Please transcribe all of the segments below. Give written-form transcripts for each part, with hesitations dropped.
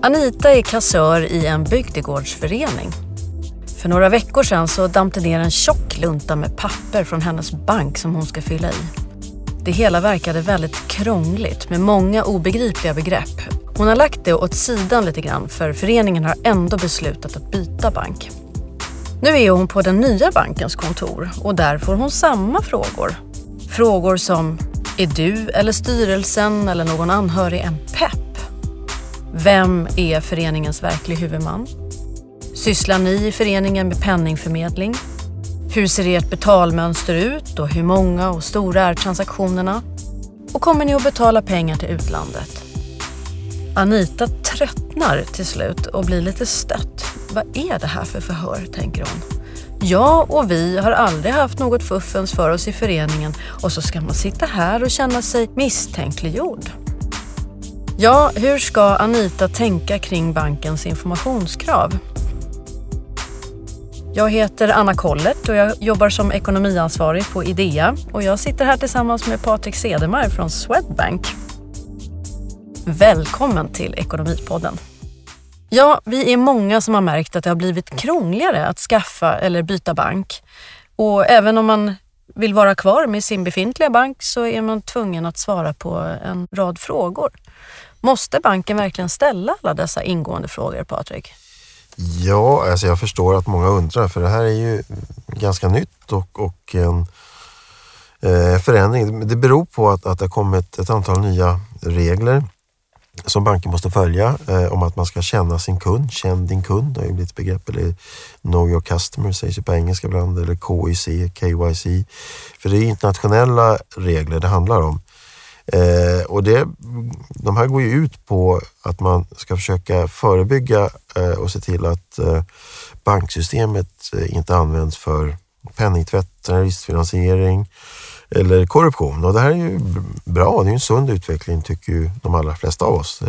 Anita är kassör i en bygdegårdsförening. För några veckor sedan så dampte ner en tjock lunta med papper från hennes bank som hon ska fylla i. Det hela verkade väldigt krångligt med många obegripliga begrepp. Hon har lagt det åt sidan lite grann för föreningen har ändå beslutat att byta bank. Nu är hon på den nya bankens kontor och där får hon samma frågor. Frågor som, är du eller styrelsen eller någon anhörig en pepp? Vem är föreningens verklig huvudman? Sysslar ni i föreningen med penningförmedling? Hur ser ert betalmönster ut och hur många och stora är transaktionerna? Och kommer ni att betala pengar till utlandet? Anita tröttnar till slut och blir lite stött. Vad är det här för förhör, tänker hon. Jag och vi har aldrig haft något fuffens för oss i föreningen och så ska man sitta här och känna sig misstänkliggjord. Ja, hur ska Anita tänka kring bankens informationskrav? Jag heter Anna Kollert och jag jobbar som ekonomiansvarig på IDEA och jag sitter här tillsammans med Patrik Cedermar från Swedbank. Välkommen till Ekonomipodden. Ja, vi är många som har märkt att det har blivit krångligare att skaffa eller byta bank. Och även om man vill vara kvar med sin befintliga bank så är man tvungen att svara på en rad frågor. Måste banken verkligen ställa alla dessa ingående frågor, Patrik? Ja, alltså jag förstår att många undrar för det här är ju ganska nytt och en förändring. Det beror på att det har kommit ett antal nya regler som banken måste följa om att man ska känna sin kund, känn din kund, det är ju blivit begrepp, eller know your customer sägs ju på engelska ibland, eller KYC. För det är internationella regler det handlar om. Och de här går ju ut på att man ska försöka förebygga och se till att banksystemet inte används för penningtvätt, terroristfinansiering eller korruption. Och det här är ju bra, det är ju en sund utveckling tycker ju de allra flesta av oss.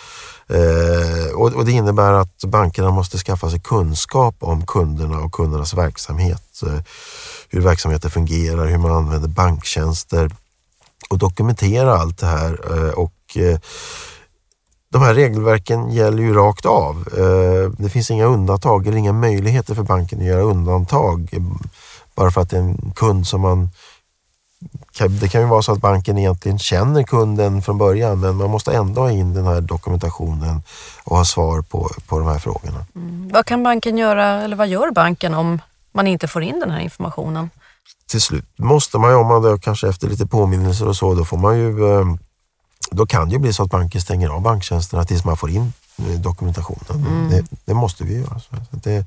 Och det innebär att bankerna måste skaffa sig kunskap om kunderna och kundernas verksamhet. Hur verksamheten fungerar, hur man använder banktjänster och dokumentera allt det här. Och de här regelverken gäller ju rakt av. Det finns inga undantag eller inga möjligheter för banken att göra undantag bara för att det är en kund som man... Det kan ju vara så att banken egentligen känner kunden från början men man måste ändå ha in den här dokumentationen och ha svar på de här frågorna. Vad kan banken göra eller vad gör banken om man inte får in den här informationen? Till slut måste man ju, om man då kanske efter lite påminnelser och så, då får man ju, då kan det ju bli så att banken stänger av banktjänsterna tills man får in dokumentationen. Det måste vi göra. Så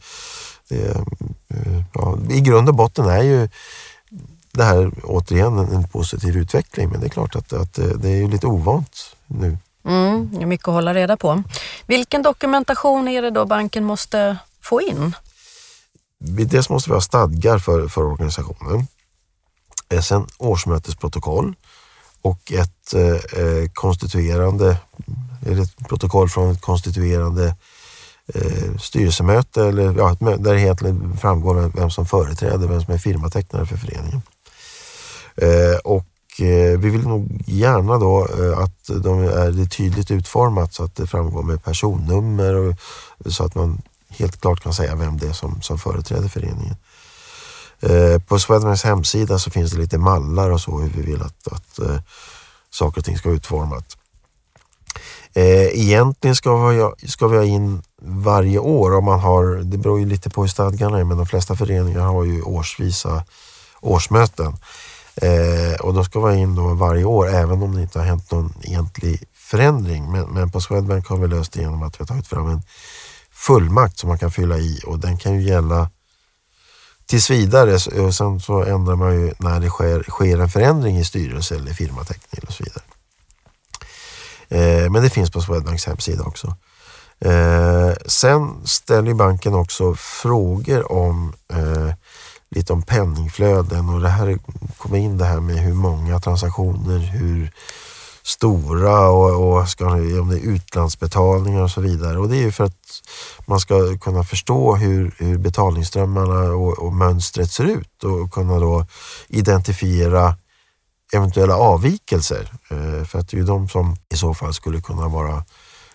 ja, i grund och botten är ju det här återigen en positiv utveckling, men det är klart att det är ju lite ovant nu. Det är mycket att hålla reda på. Vilken dokumentation är det då banken måste få in? Dels måste vi ha stadgar för organisationen. Sen årsmötesprotokoll och ett konstituerande, eller ett protokoll från ett konstituerande styrelsemöte eller ja, där det egentligen framgår vem som företräder, vem som är firmatecknare för föreningen. Och vi vill nog gärna då att det är tydligt utformat så att det framgår med personnummer och så att man helt klart kan säga vem det är som företräder föreningen. På Swedbanks hemsida så finns det lite mallar och så hur vi vill att saker och ting ska utformat. Egentligen ska vi ha in varje år om man har, det beror ju lite på hur stadgarna är, men de flesta föreningar har ju årsmöten. Och då ska vi ha in då varje år även om det inte har hänt någon egentlig förändring. Men på Swedbank har vi löst det genom att vi har tagit fram en fullmakt som man kan fylla i och den kan ju gälla tills vidare och sen så ändrar man ju när det sker en förändring i styrelse eller firmateckning och så vidare. Men det finns på Swedbanks hemsida också. Sen ställer banken också frågor om lite om penningflöden och det här kommer in det här med hur många transaktioner, hur stora och om det är utlandsbetalningar och så vidare. Och det är ju för att man ska kunna förstå hur betalningsströmmarna och mönstret ser ut och kunna då identifiera eventuella avvikelser. För att det är ju de som i så fall skulle kunna vara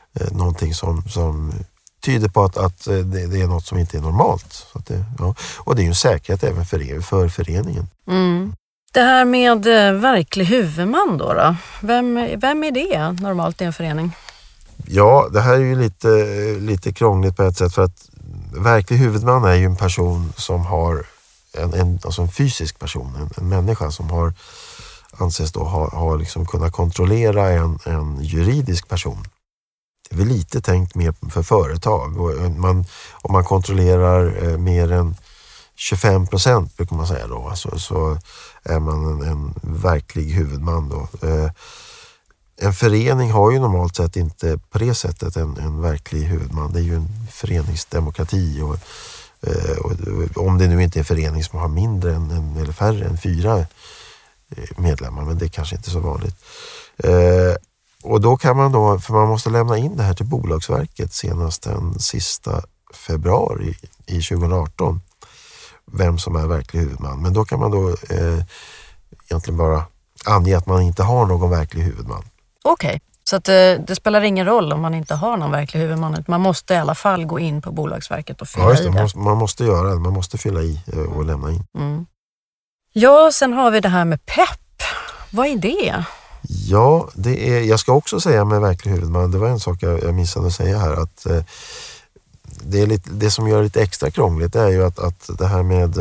någonting som tyder på att det är något som inte är normalt. Så att och det är ju en säkerhet även för föreningen. Mm. Det här med verklig huvudman då? Vem är det normalt i en förening? Ja, det här är ju lite krångligt på ett sätt, för att verklig huvudman är ju en person som har alltså en fysisk person, en människa som anses då ha liksom kunnat kontrollera en juridisk person. Det är väl lite tänkt mer för företag, och om man kontrollerar mer än 25% brukar man säga då, så är man en verklig huvudman då. En förening har ju normalt sett inte på det sättet en verklig huvudman. Det är ju en föreningsdemokrati, och om det nu inte är en förening som har mindre eller färre än 4 medlemmar, men det är kanske inte så vanligt. Och då kan man då, för man måste lämna in det här till Bolagsverket senast den sista februari i 2018, vem som är verklig huvudman. Men då kan man då egentligen bara ange att man inte har någon verklig huvudman. Okej, så att det spelar ingen roll om man inte har någon verklig huvudman. Man måste i alla fall gå in på Bolagsverket och fylla i det. Man måste göra det. Man måste fylla i och lämna in. Mm. Ja, sen har vi det här med PEP. Vad är det? Ja, jag ska också säga med verklig huvudman. Det var en sak jag missade att säga här. Att det som gör det lite extra krångligt är ju att det här med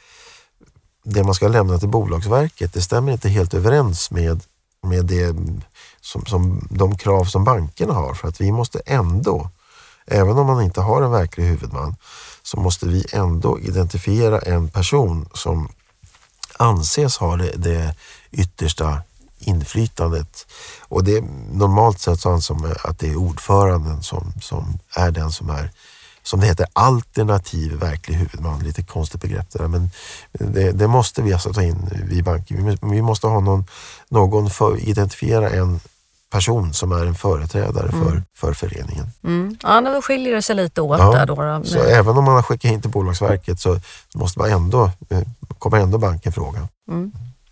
det man ska lämna till Bolagsverket, det stämmer inte helt överens med det som de krav som bankerna har. För att vi måste ändå, även om man inte har en verklig huvudman, så måste vi ändå identifiera en person som anses ha det yttersta inflytandet. Och det normalt sett så anser man att det är ordföranden som är den som är, som det heter, alternativ verklig huvudman. Lite konstigt begrepp det där, men det måste vi alltså ta in vid banken. Vi måste ha någon identifiera en person som är en företrädare för föreningen. Mm. Ja, då skiljer det sig lite åt där då. Så även om man har skickat in till Bolagsverket så måste man kommer ändå banken fråga. Mm.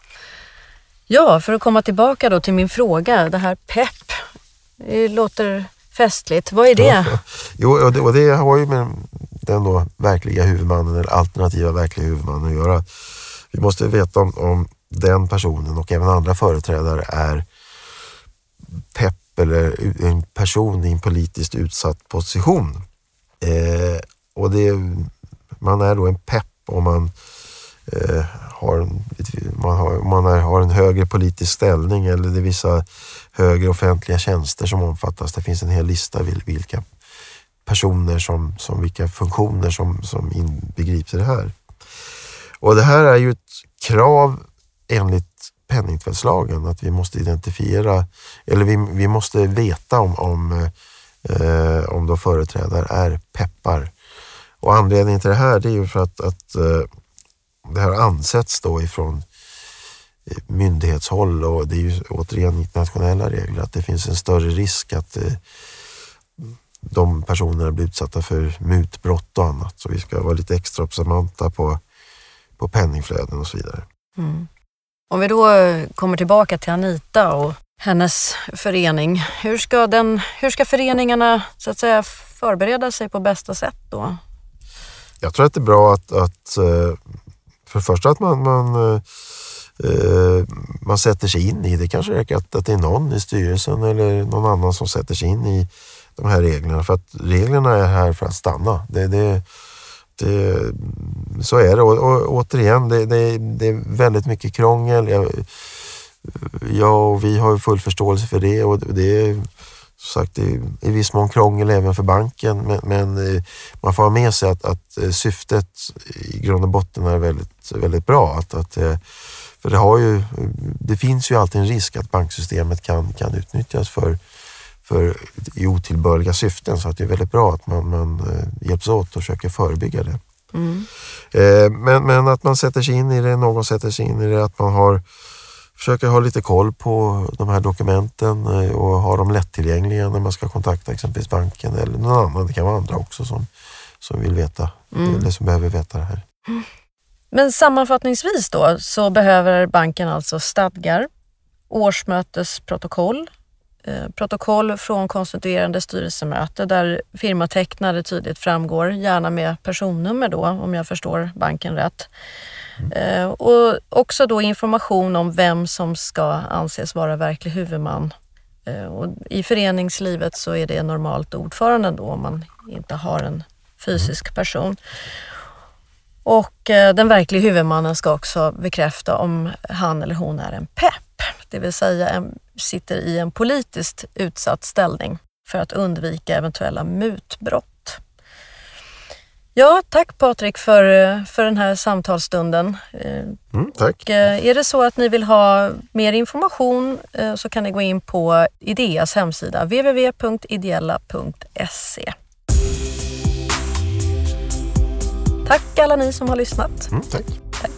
Ja, för att komma tillbaka då till min fråga, det här PEP, det låter festligt. Vad är det? Jo, och det har ju med den då verkliga huvudmannen eller alternativa verkliga huvudmannen att göra. Vi måste veta om den personen och även andra företrädare är PEP eller en person i en politiskt utsatt position. Och man är då en PEP om man har en högre politisk ställning, eller det är vissa högre offentliga tjänster som omfattas. Det finns en hel lista vilka personer som vilka funktioner som inbegrips i det här. Och det här är ju ett krav enligt penningtvättslagen, att vi måste identifiera, eller vi måste veta om då företrädare är peppar. Och anledningen till det här, det är ju för att det här ansätts då ifrån myndighetshåll, och det är ju återigen internationella regler, att det finns en större risk att de personerna blir utsatta för mutbrott och annat. Så vi ska vara lite extra observanta på penningflöden och så vidare. Mm. Om vi då kommer tillbaka till Anita och hennes förening, hur ska föreningarna så att säga förbereda sig på bästa sätt då? Jag tror att det är bra att för det första att man sätter sig in i det. Kanske räcker att det är någon i styrelsen eller någon annan som sätter sig in i de här reglerna. För att reglerna är här för att stanna. Så är det. Och återigen, det är väldigt mycket krångel. Och vi har full förståelse för det. Och det är sagt i viss mån krångel även för banken. Men man får ha med sig att syftet i grund och botten är väldigt, väldigt bra. För det finns ju alltid en risk att banksystemet kan utnyttjas för otillbörliga syften, så att det är väldigt bra att man hjälps åt och försöker förebygga det. Mm. Men att man sätter sig in i det, någon sätter sig in i det, att man försöker ha lite koll på de här dokumenten och ha dem lättillgängliga när man ska kontakta exempelvis banken eller någon annan. Det kan vara andra också som vill veta eller som behöver veta det här. Men sammanfattningsvis då så behöver banken alltså stadgar, årsmötesprotokoll, protokoll från konstituerande styrelsemöte där firmatecknare tydligt framgår, gärna med personnummer då, om jag förstår banken rätt. Och också då information om vem som ska anses vara verklig huvudman. Och i föreningslivet så är det normalt ordföranden då, om man inte har en fysisk person. Och den verkliga huvudmannen ska också bekräfta om han eller hon är en PEP, det vill säga sitter i en politiskt utsatt ställning för att undvika eventuella mutbrott. Ja, tack Patrik för den här samtalsstunden. Tack. Och är det så att ni vill ha mer information så kan ni gå in på Ideas hemsida www.ideella.se. Tack alla ni som har lyssnat. Tack. Tack.